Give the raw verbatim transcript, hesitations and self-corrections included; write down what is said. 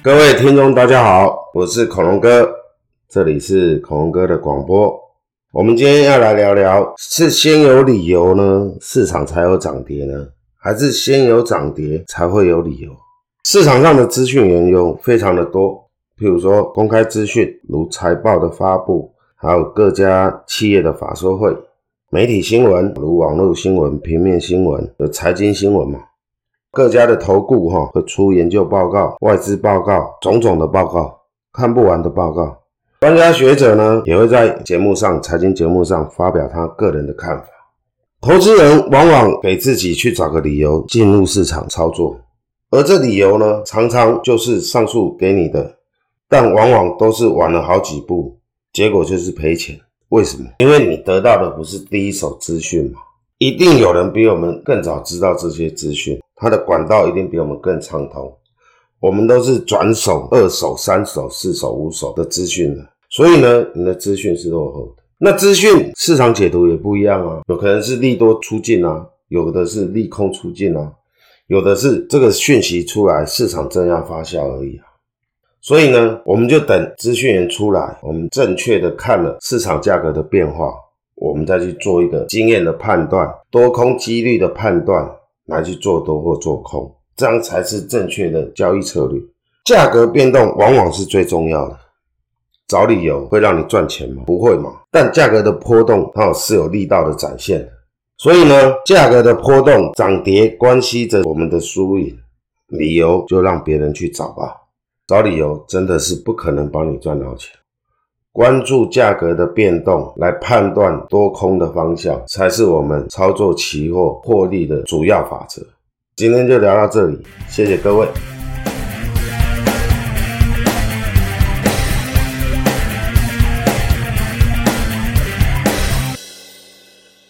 各位听众大家好，我是恐龙哥，这里是恐龙哥的广播。我们今天要来聊聊，是先有理由呢，市场才有涨跌呢，还是先有涨跌才会有理由？市场上的资讯源有非常的多，譬如说公开资讯，如财报的发布，还有各家企业的法说会，媒体新闻，如网络新闻、平面新闻，有财经新闻嘛。各家的投顾齁会出研究报告、外资报告、种种的报告，看不完的报告。专家学者呢也会在节目上、财经节目上发表他个人的看法。投资人往往给自己去找个理由进入市场操作，而这理由呢常常就是上述给你的，但往往都是晚了好几步，结果就是赔钱。为什么？因为你得到的不是第一手资讯嘛，一定有人比我们更早知道这些资讯，他的管道一定比我们更畅通。我们都是转手、二手、三手、四手、五手的资讯了，所以呢，你的资讯是落后的。那资讯市场解读也不一样啊，有可能是利多出尽啊，有的是利空出尽啊，有的是这个讯息出来，市场正要发酵而已啊。所以呢，我们就等资讯源出来，我们正确的看了市场价格的变化，我们再去做一个经验的判断，多空几率的判断，来去做多或做空，这样才是正确的交易策略。价格变动往往是最重要的，找理由会让你赚钱吗？不会嘛。但价格的波动它是有力道的展现的，所以呢，价格的波动涨跌关系着我们的输赢，理由就让别人去找吧。找理由真的是不可能帮你赚到钱。关注价格的变动来判断多空的方向，才是我们操作期货获利的主要法则。今天就聊到这里，谢谢各位。